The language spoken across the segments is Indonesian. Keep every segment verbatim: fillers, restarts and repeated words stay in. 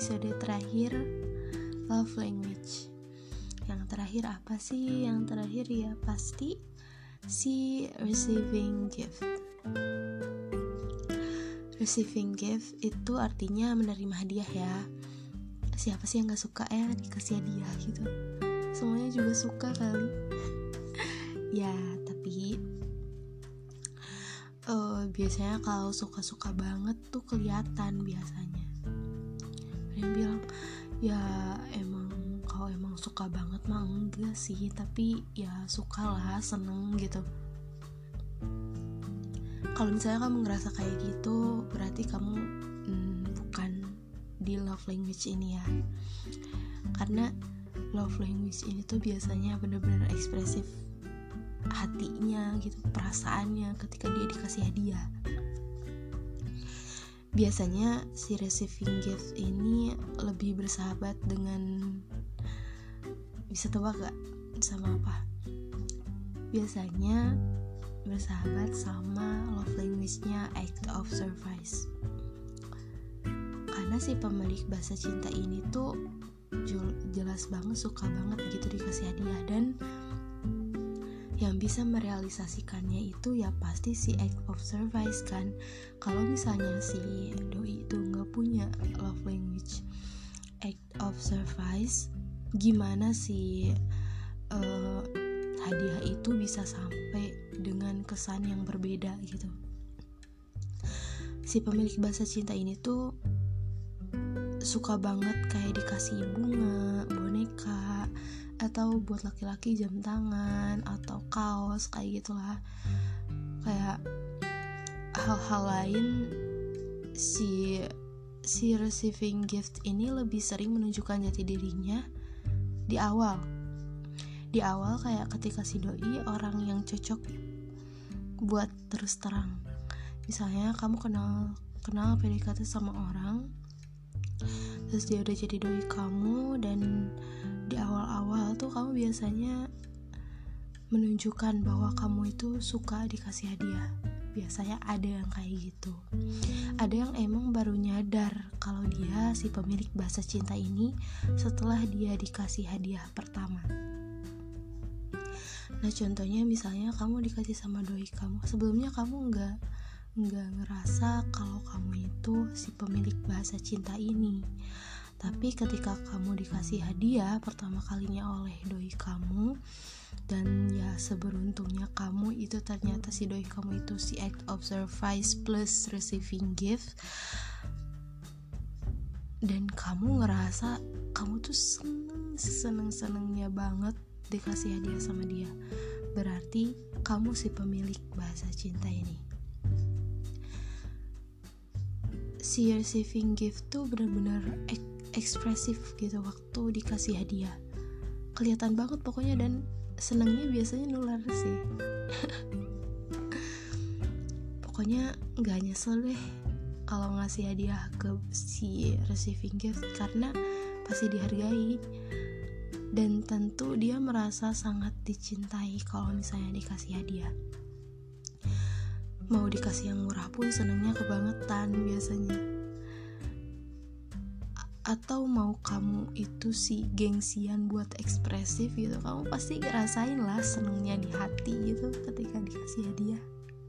episode terakhir Love Language. Yang terakhir apa sih? Yang terakhir ya pasti si receiving gift. Receiving gift itu artinya menerima hadiah ya. Siapa sih yang gak suka ya dikasih hadiah gitu? Semuanya juga suka kali. Ya tapi uh, biasanya kalau suka-suka banget tuh kelihatan biasanya. Ada yang bilang ya emang kalau emang suka banget mah enggak sih, tapi ya sukalah, seneng gitu. Kalau misalnya kamu ngerasa kayak gitu, berarti kamu hmm, bukan di love language ini ya. Karena love language ini tuh biasanya benar-benar ekspresif hatinya gitu, perasaannya ketika dia dikasih hadiah. Biasanya si receiving gift ini lebih bersahabat dengan, bisa tebak gak sama apa? Biasanya bersahabat sama love language-nya act of service. Karena si pemilik bahasa cinta ini tuh jelas banget suka banget gitu dikasih hadiah, dan yang bisa merealisasikannya itu ya pasti si act of service kan. Kalau misalnya si doi itu nggak punya love language act of service, gimana si uh, hadiah itu bisa sampai dengan kesan yang berbeda gitu. Si pemilik bahasa cinta ini tuh suka banget kayak dikasih bunga, boneka, atau buat laki-laki jam tangan atau kaos kayak gitulah. Kayak hal-hal lain, si si receiving gift ini lebih sering menunjukkan jati dirinya di awal. Di awal kayak ketika si doi orang yang cocok buat terus terang. Misalnya kamu kenal kenal P D K T sama orang, terus dia udah jadi doi kamu, dan di awal-awal tuh kamu biasanya menunjukkan bahwa kamu itu suka dikasih hadiah. Biasanya ada yang kayak gitu. Ada yang emang baru nyadar kalau dia si pemilik bahasa cinta ini setelah dia dikasih hadiah pertama. Nah contohnya misalnya kamu dikasih sama doi kamu, sebelumnya kamu nggak nggak ngerasa kalau kamu itu si pemilik bahasa cinta ini. Tapi ketika kamu dikasih hadiah pertama kalinya oleh doi kamu, dan ya seberuntungnya kamu itu ternyata si doi kamu itu si act of service plus receiving gift, dan kamu ngerasa kamu tuh seneng seneng-senengnya banget dikasih hadiah sama dia, berarti kamu si pemilik bahasa cinta ini. Si receiving gift tuh benar-benar ek- ekspresif gitu waktu dikasih hadiah, kelihatan banget pokoknya, dan senengnya biasanya nular sih. Pokoknya nggak nyesel deh kalau ngasih hadiah ke si receiving gift, karena pasti dihargai, dan tentu dia merasa sangat dicintai kalau misalnya dikasih hadiah. Mau dikasih yang murah pun senengnya kebangetan biasanya. Atau mau kamu itu si gengsian buat ekspresif gitu, kamu pasti ngerasain lah senengnya di hati gitu ketika dikasih hadiah.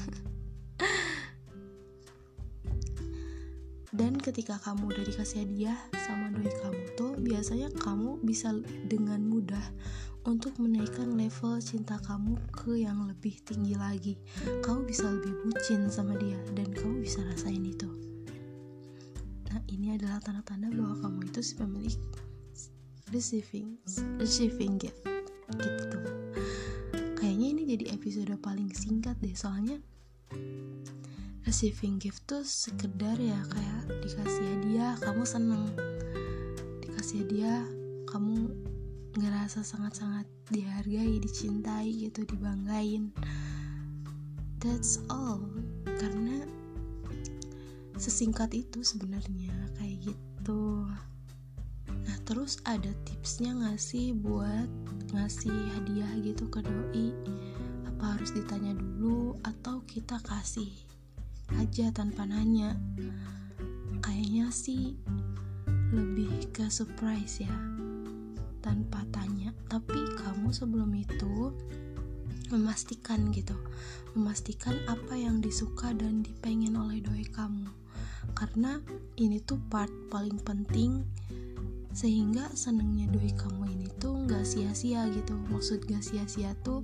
Dan ketika kamu udah dikasih hadiah sama doi kamu tuh, biasanya kamu bisa dengan mudah untuk menaikkan level cinta kamu ke yang lebih tinggi lagi. Kamu bisa lebih bucin sama dia, dan kamu bisa rasain itu. Nah ini adalah tanda-tanda bahwa kamu itu si pemilik receiving receiving gift gitu. Kayaknya ini jadi episode paling singkat deh, soalnya receiving gift tuh sekedar ya kayak dikasih hadiah kamu seneng, dikasih hadiah kamu ngerasa sangat-sangat dihargai, dicintai gitu, dibanggain. That's all. Karena sesingkat itu sebenarnya kayak gitu. Nah terus ada tipsnya gak sih buat ngasih hadiah gitu ke doi? Apa harus ditanya dulu atau kita kasih aja tanpa nanya? Kayaknya sih lebih ke surprise ya, tanpa tanya. Tapi kamu sebelum itu memastikan gitu, memastikan apa yang disuka dan dipengen oleh doi kamu, karena ini tuh part paling penting sehingga senengnya doi kamu ini tuh nggak sia-sia gitu. Maksud nggak sia-sia tuh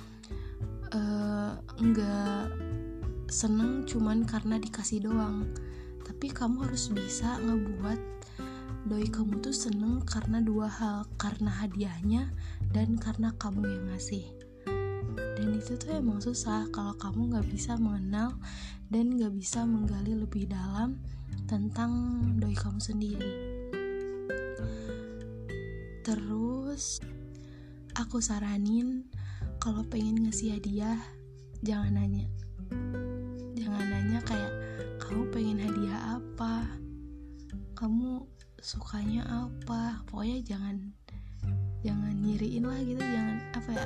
nggak uh, seneng cuman karena dikasih doang, tapi kamu harus bisa ngebuat doi kamu tuh seneng karena dua hal, karena hadiahnya dan karena kamu yang ngasih. Dan itu tuh emang susah kalau kamu gak bisa mengenal dan gak bisa menggali lebih dalam tentang doi kamu sendiri. Terus aku saranin kalau pengen ngasih hadiah, jangan nanya jangan nanya kayak kamu pengen hadiah apa, kamu sukanya apa, pokoknya jangan jangan nyiriin lah gitu, jangan apa ya,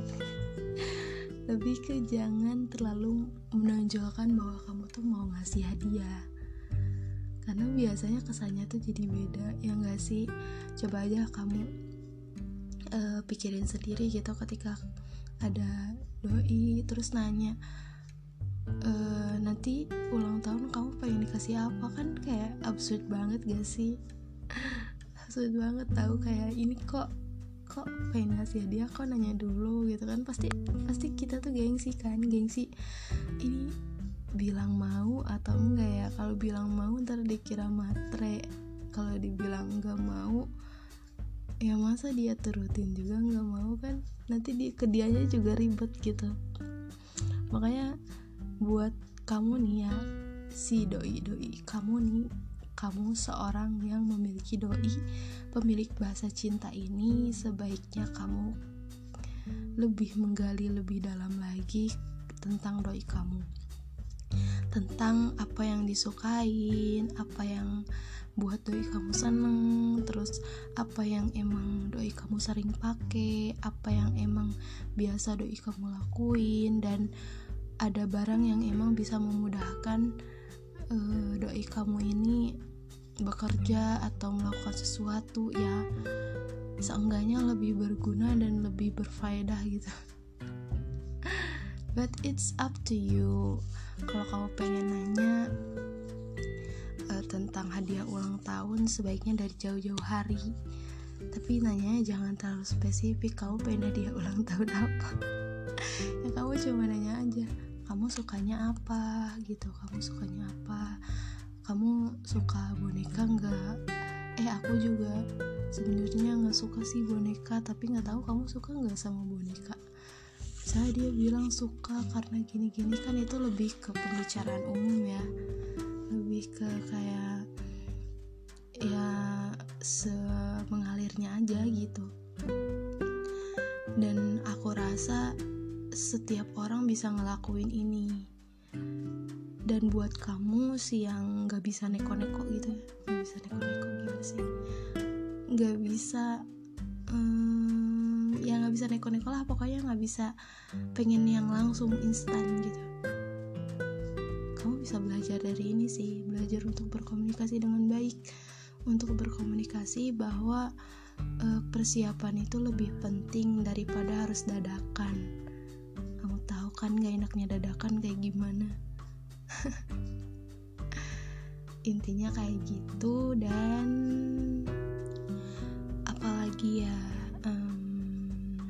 lebih ke jangan terlalu menonjolkan bahwa kamu tuh mau ngasih hadiah, karena biasanya kesannya tuh jadi beda, ya nggak sih? Coba aja kamu uh, pikirin sendiri gitu, ketika ada doi terus nanya e, nanti ulang tahun kamu pengen dikasih apa, kan kayak absurd banget gak sih? Absurd banget tahu, kayak ini kok kok pengen ngasih hadiah kok nanya dulu gitu kan. Pasti pasti kita tuh gengsi kan, gengsi ini bilang mau atau enggak ya. Kalau bilang mau ntar dikira matre, kalau dibilang enggak mau ya masa dia turutin juga nggak mau kan, nanti dia ke dianya juga ribet gitu. Makanya buat kamu nih ya, si doi-doi kamu nih, kamu seorang yang memiliki doi, pemilik bahasa cinta ini, sebaiknya kamu lebih menggali lebih dalam lagi tentang doi kamu, tentang apa yang disukain, apa yang buat doi kamu seneng, terus apa yang emang doi kamu sering pakai, apa yang emang biasa doi kamu lakuin, dan ada barang yang emang bisa memudahkan uh, doi kamu ini bekerja atau melakukan sesuatu ya, seenggaknya lebih berguna dan lebih berfaedah gitu. But it's up to you. Kalau kamu pengen nanya uh, tentang hadiah ulang tahun, sebaiknya dari jauh-jauh hari. Tapi nanyanya jangan terlalu spesifik, kamu pengen hadiah ulang tahun apa. Ya kamu cuma nanya aja, kamu sukanya apa gitu, kamu sukanya apa, kamu suka boneka nggak? Eh aku juga sebenarnya nggak suka sih boneka, tapi nggak tahu kamu suka nggak sama boneka. Misalnya dia bilang suka karena gini-gini, kan itu lebih ke pembicaraan umum ya, lebih ke kayak ya semengalirnya aja gitu. Dan aku rasa setiap orang bisa ngelakuin ini. Dan buat kamu sih yang gak bisa neko-neko gitu ya, gak bisa neko-neko gimana sih, gak bisa um, ya gak bisa neko-neko lah, pokoknya gak bisa pengen yang langsung instan gitu. Kamu bisa belajar dari ini sih, belajar untuk berkomunikasi dengan baik, untuk berkomunikasi bahwa uh, persiapan itu lebih penting daripada harus dadakan. Kamu tahu kan gak enaknya dadakan kayak gimana. Intinya kayak gitu. Dan apalagi ya, um,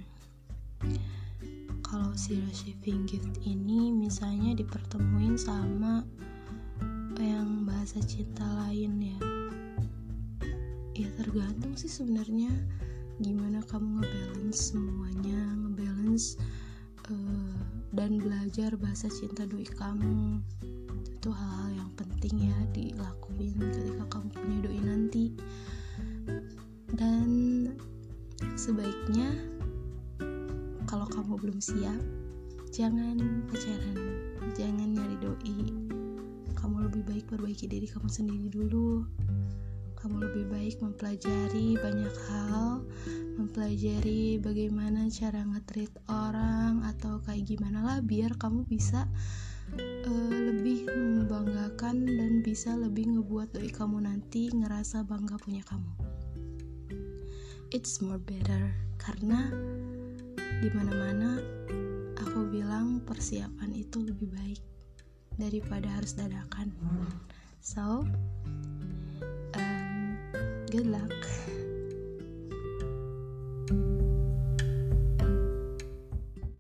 kalau si receiving gift ini misalnya dipertemuin sama yang bahasa cinta lain ya, ya tergantung sih sebenarnya gimana kamu ngebalance semuanya, ngebalance uh, dan belajar bahasa cinta doi kamu. Itu hal-hal yang penting ya dilakuin ketika kamu punya doi nanti. Dan sebaiknya kalau kamu belum siap, jangan pacaran, jangan nyari doi. Kamu lebih baik perbaiki diri kamu sendiri dulu. Kamu lebih baik mempelajari banyak hal, mempelajari bagaimana cara nge-treat orang atau kayak gimana lah, biar kamu bisa uh, lebih membanggakan dan dan bisa lebih ngebuat doi kamu nanti ngerasa bangga punya kamu. It's more better, karena dimana-mana aku bilang persiapan itu lebih baik daripada harus dadakan. So, um, good luck.